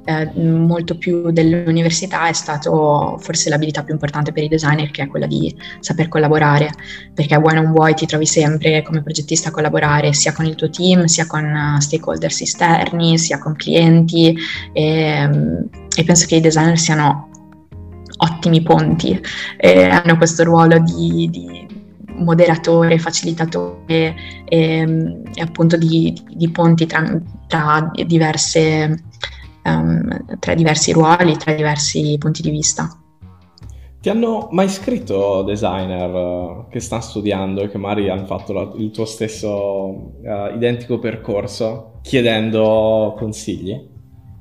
eh, molto più dell'università è stato forse l'abilità più importante per i designer, che è quella di saper collaborare, perché vuoi non vuoi ti trovi sempre come progettista a collaborare sia con il tuo team, sia con uh, stakeholders esterni, sia con clienti, e, e penso che i designer siano ottimi ponti, e hanno questo ruolo di, di moderatore, facilitatore e, e appunto di, di ponti tra, tra diverse um, tra diversi ruoli, tra diversi punti di vista. Ti hanno mai scritto designer uh, che stanno studiando e che magari hanno fatto la, il tuo stesso uh, identico percorso chiedendo consigli?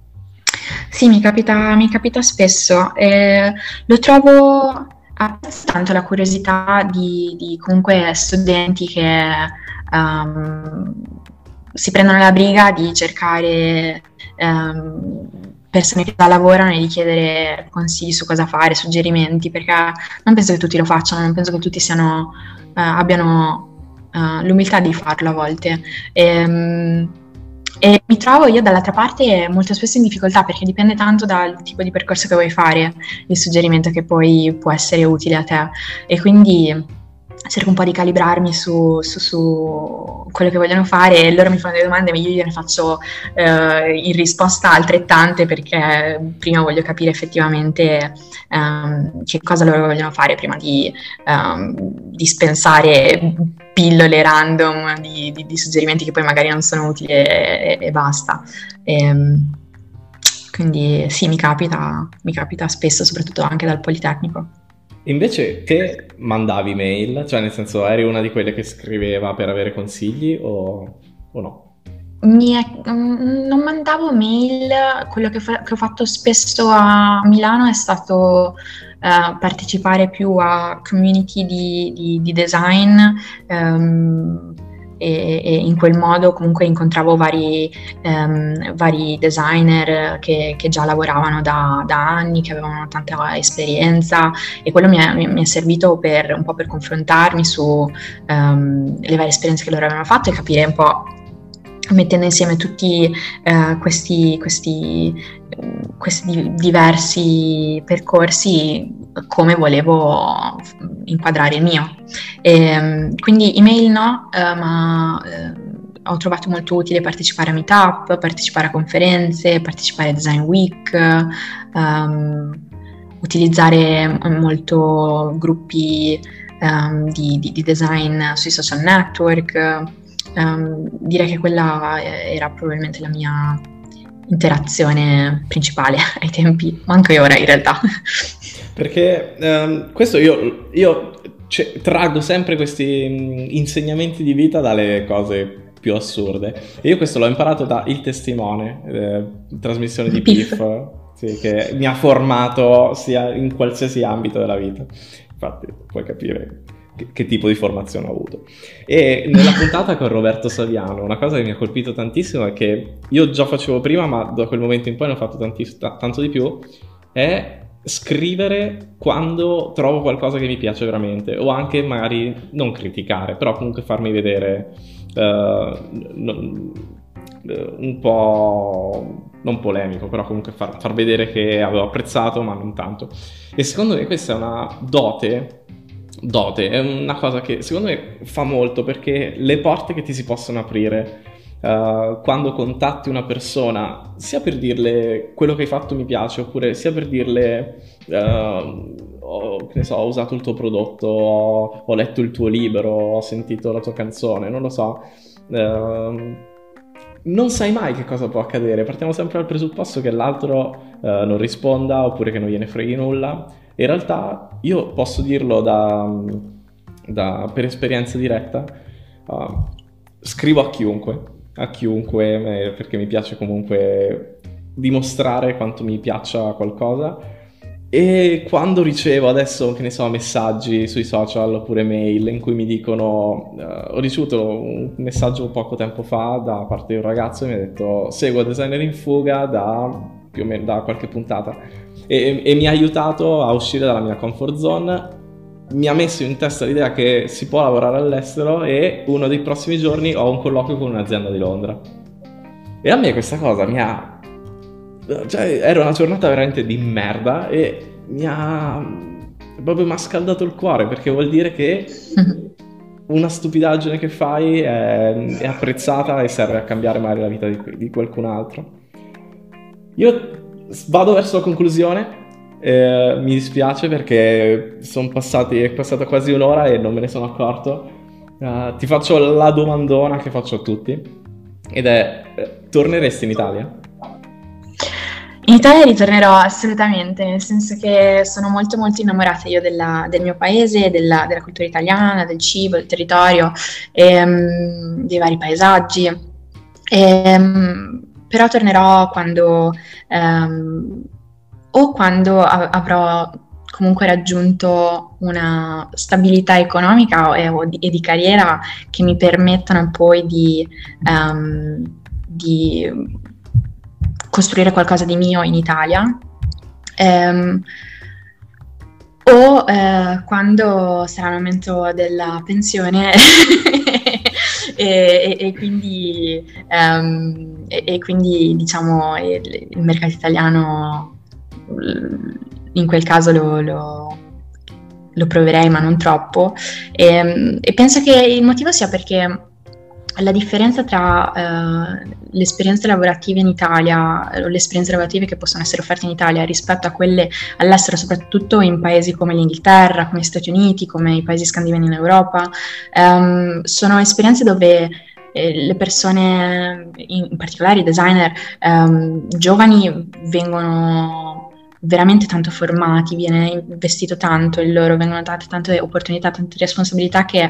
Sì, mi capita, mi capita spesso. Eh, lo trovo tanto la curiosità di, di comunque studenti che um, si prendono la briga di cercare um, persone che già lavorano e di chiedere consigli su cosa fare, suggerimenti, perché non penso che tutti lo facciano, non penso che tutti siano, uh, abbiano uh, l'umiltà di farlo a volte. E, um, E mi trovo io dall'altra parte molto spesso in difficoltà, perché dipende tanto dal tipo di percorso che vuoi fare, il suggerimento che poi può essere utile a te, e quindi cerco un po' di calibrarmi su, su, su quello che vogliono fare, e loro mi fanno delle domande ma io gliene faccio eh, in risposta altrettante, perché prima voglio capire effettivamente um, che cosa loro vogliono fare prima di um, dispensare pillole random di, di, di suggerimenti che poi magari non sono utili e, e basta. E, quindi sì, mi capita, mi capita spesso, soprattutto anche dal Politecnico. Invece te mandavi mail? Cioè nel senso, eri una di quelle che scriveva per avere consigli o, o no? Mi è, non mandavo mail, quello che, fa, che ho fatto spesso a Milano è stato uh, partecipare più a community di, di, di design, um, e, e in quel modo comunque incontravo vari, um, vari designer che, che già lavoravano da, da anni, che avevano tanta esperienza, e quello mi è, mi è servito per un po' per confrontarmi su um, le varie esperienze che loro avevano fatto e capire un po', mettendo insieme tutti uh, questi, questi, uh, questi diversi percorsi, come volevo inquadrare il mio. E, quindi email no, uh, ma uh, ho trovato molto utile partecipare a meetup, partecipare a conferenze, partecipare a Design Week, um, utilizzare molto gruppi um, di, di, di design sui social network. Um, direi che quella era probabilmente la mia interazione principale ai tempi, ma anche ora in realtà. Perché um, questo io, io c- traggo sempre questi insegnamenti di vita dalle cose più assurde. E io questo l'ho imparato da Il Testimone, eh, trasmissione di P I F, sì, che mi ha formato sia in qualsiasi ambito della vita. Infatti puoi capire che, che tipo di formazione ho avuto. E nella puntata con Roberto Saviano una cosa che mi ha colpito tantissimo è che io già facevo prima, ma da quel momento in poi ne ho fatto tanti, t- tanto di più, è scrivere quando trovo qualcosa che mi piace veramente, o anche magari non criticare, però comunque farmi vedere uh, non, uh, un po' non polemico, però comunque far, far vedere che avevo apprezzato, ma non tanto. E secondo me questa è una dote dote, è una cosa che secondo me fa molto, perché le porte che ti si possono aprire uh, quando contatti una persona, sia per dirle quello che hai fatto mi piace, oppure sia per dirle uh, ho, che ne so, ho usato il tuo prodotto, ho, ho letto il tuo libro, ho sentito la tua canzone, non lo so, uh, non sai mai che cosa può accadere. Partiamo sempre dal presupposto che l'altro uh, non risponda, oppure che non gliene freghi nulla. In realtà io posso dirlo da, da, per esperienza diretta, uh, scrivo a chiunque, a chiunque, perché mi piace comunque dimostrare quanto mi piaccia qualcosa, e quando ricevo adesso, che ne so, messaggi sui social oppure mail in cui mi dicono uh, ho ricevuto un messaggio poco tempo fa da parte di un ragazzo che mi ha detto seguo Designer in Fuga da più o meno da qualche puntata, E, e mi ha aiutato a uscire dalla mia comfort zone, mi ha messo in testa l'idea che si può lavorare all'estero, e uno dei prossimi giorni ho un colloquio con un'azienda di Londra. E a me questa cosa mi ha cioè, era una giornata veramente di merda e mi ha proprio mi ha scaldato il cuore, perché vuol dire che una stupidaggine che fai è, è apprezzata e serve a cambiare magari la vita di, di qualcun altro. Io vado verso la conclusione. Eh, mi dispiace perché sono passati, è passata quasi un'ora e non me ne sono accorto. Uh, ti faccio la domandona che faccio a tutti, ed è: eh, torneresti in Italia? In Italia ritornerò assolutamente, nel senso che sono molto molto innamorata io della, del mio paese, della, della cultura italiana, del cibo, del territorio, ehm, dei vari paesaggi. Ehm, però tornerò quando ehm, o quando a- avrò comunque raggiunto una stabilità economica o- e, o di, e di carriera che mi permettano poi di, ehm, di costruire qualcosa di mio in Italia. Ehm, o eh, quando sarà il momento della pensione e, e- e quindi, ehm, e, e quindi diciamo il, il mercato italiano in quel caso lo, lo- lo proverei, ma non troppo. E, e penso che il motivo sia perché la differenza tra eh, le esperienze lavorative in Italia o le esperienze lavorative che possono essere offerte in Italia rispetto a quelle all'estero, soprattutto in paesi come l'Inghilterra, come gli Stati Uniti, come i paesi scandinavi in Europa, ehm, sono esperienze dove eh, le persone, in, in particolare i designer ehm, giovani, vengono veramente tanto formati, viene investito tanto in loro, vengono date tante opportunità, tante responsabilità che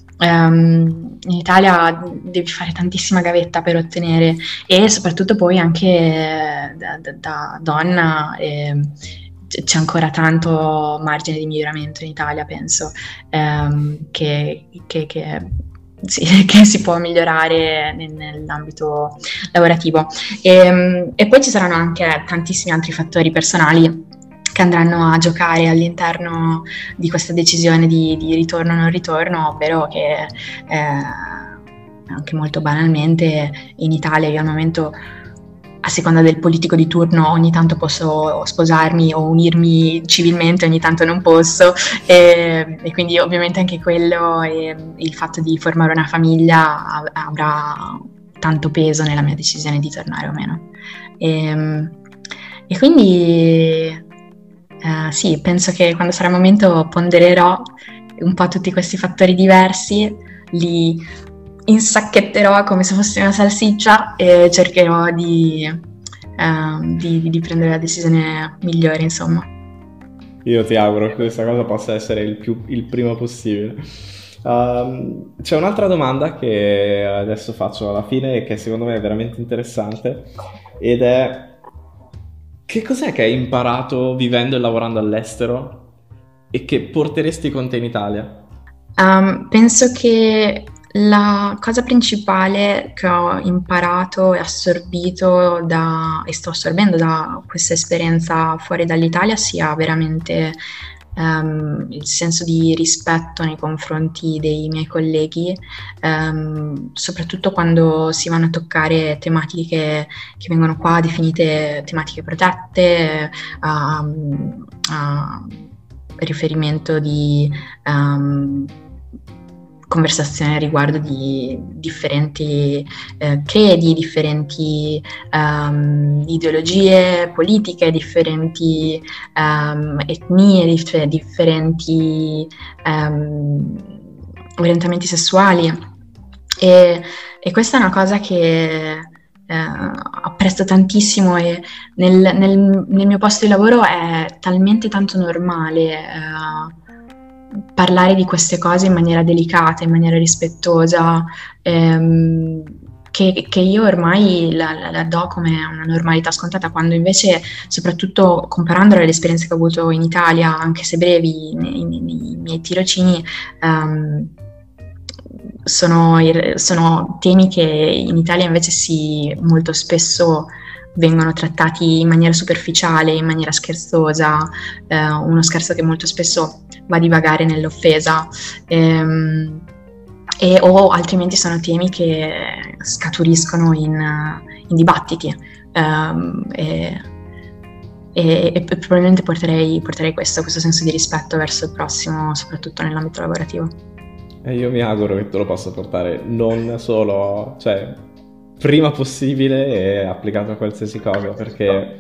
ehm, in Italia devi fare tantissima gavetta per ottenere, e soprattutto poi anche eh, da, da- da donna eh, c- c'è ancora tanto margine di miglioramento in Italia, penso, ehm, che, che- che- sì, che si può migliorare nel- nell'ambito lavorativo. E, e poi ci saranno anche tantissimi altri fattori personali che andranno a giocare all'interno di questa decisione di, di ritorno o non ritorno, ovvero che eh, anche molto banalmente in Italia io al momento, a seconda del politico di turno, ogni tanto posso sposarmi o unirmi civilmente, ogni tanto non posso, e, e quindi ovviamente anche quello e il fatto di formare una famiglia av- avrà tanto peso nella mia decisione di tornare o meno. E, e quindi eh, sì, penso che quando sarà il momento pondererò un po' tutti questi fattori diversi, li insacchetterò come se fosse una salsiccia e cercherò di, ehm, di- di prendere la decisione migliore, insomma. Io ti auguro che questa cosa possa essere il più, il prima possibile. Um, c'è un'altra domanda che adesso faccio alla fine e che secondo me è veramente interessante, ed è: che cos'è che hai imparato vivendo e lavorando all'estero e che porteresti con te in Italia? Um, penso che la cosa principale che ho imparato e assorbito da, e sto assorbendo da questa esperienza fuori dall'Italia sia veramente um, il senso di rispetto nei confronti dei miei colleghi, um, soprattutto quando si vanno a toccare tematiche che vengono qua definite tematiche protette, um, a riferimento di um, conversazione riguardo di differenti eh, credi, differenti um, ideologie politiche, differenti um, etnie, dif- differenti um, orientamenti sessuali. E, e questa è una cosa che eh, apprezzo tantissimo, e nel, nel- nel mio posto di lavoro è talmente tanto normale eh, parlare di queste cose in maniera delicata, in maniera rispettosa, ehm, che, che io ormai la, la- la do come una normalità scontata, quando invece, soprattutto comparandola alle esperienze che ho avuto in Italia, anche se brevi, nei, nei- nei miei tirocini, ehm, sono, ir- sono temi che in Italia invece si molto spesso vengono trattati in maniera superficiale, in maniera scherzosa, eh, uno scherzo che molto spesso va a divagare nell'offesa, ehm, e, o altrimenti sono temi che scaturiscono in, in dibattiti, um, e, e, e probabilmente porterei, porterei questo, questo senso di rispetto verso il prossimo, soprattutto nell'ambito lavorativo. E io mi auguro che tu lo possa portare non solo, cioè, prima possibile e applicato a qualsiasi cosa, perché...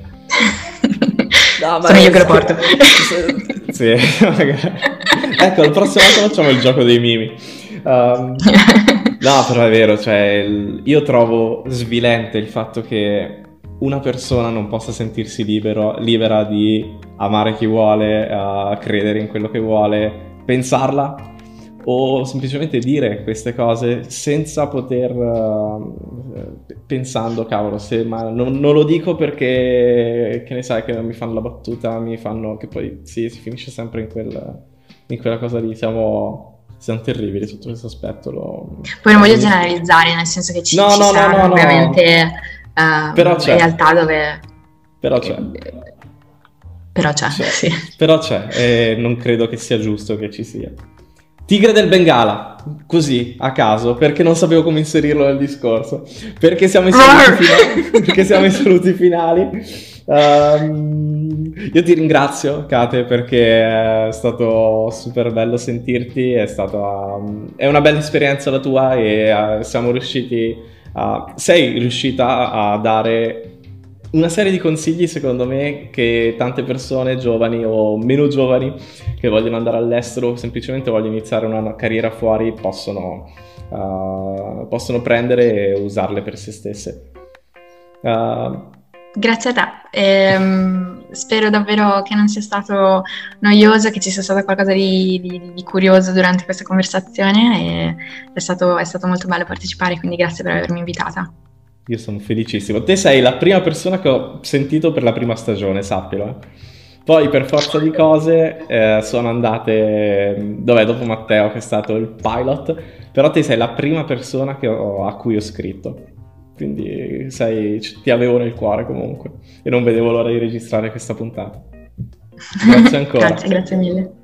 No, sono io che lo porto. Sì, ecco, la prossima volta facciamo il gioco dei mimi. Um, no, però è vero, cioè, il, io trovo svilente il fatto che una persona non possa sentirsi libero, libera di amare chi vuole, uh, credere in quello che vuole, pensarla o semplicemente dire queste cose senza poter, uh, pensando, cavolo, se, ma non, non lo dico perché, che ne sai, che mi fanno la battuta, mi fanno, che poi sì, si finisce sempre in, quel, in quella cosa lì, siamo, siamo terribili sotto questo aspetto. Lo, poi non voglio generalizzare, nel senso che ci, no, ci no, saranno no, no, ovviamente uh, però c'è. realtà dove... Però c'è. Però c'è, c'è. Sì. Però c'è, e non credo che sia giusto che ci sia. Tigre del Bengala, così, a caso, perché non sapevo come inserirlo nel discorso. Perché siamo ai saluti finali. Perché siamo ai saluti finali. Um, io ti ringrazio, Kate, perché è stato super bello sentirti, è stata um, è una bella esperienza la tua e uh, siamo riusciti a... sei riuscita a dare una serie di consigli, secondo me, che tante persone giovani o meno giovani che vogliono andare all'estero o semplicemente vogliono iniziare una carriera fuori possono, uh, possono prendere e usarle per se stesse. Uh, Grazie a te, ehm, spero davvero che non sia stato noioso, che ci sia stato qualcosa di, di, di curioso durante questa conversazione e è stato, è stato molto bello partecipare, quindi grazie per avermi invitata. Io sono felicissimo. Te sei la prima persona che ho sentito per la prima stagione, sappilo. Eh. Poi per forza di cose eh, sono andate, dov'è, dopo Matteo che è stato il pilot, però te sei la prima persona che ho, a cui ho scritto. Quindi sei, ti avevo nel cuore comunque e non vedevo l'ora di registrare questa puntata. Grazie ancora. Grazie, grazie mille.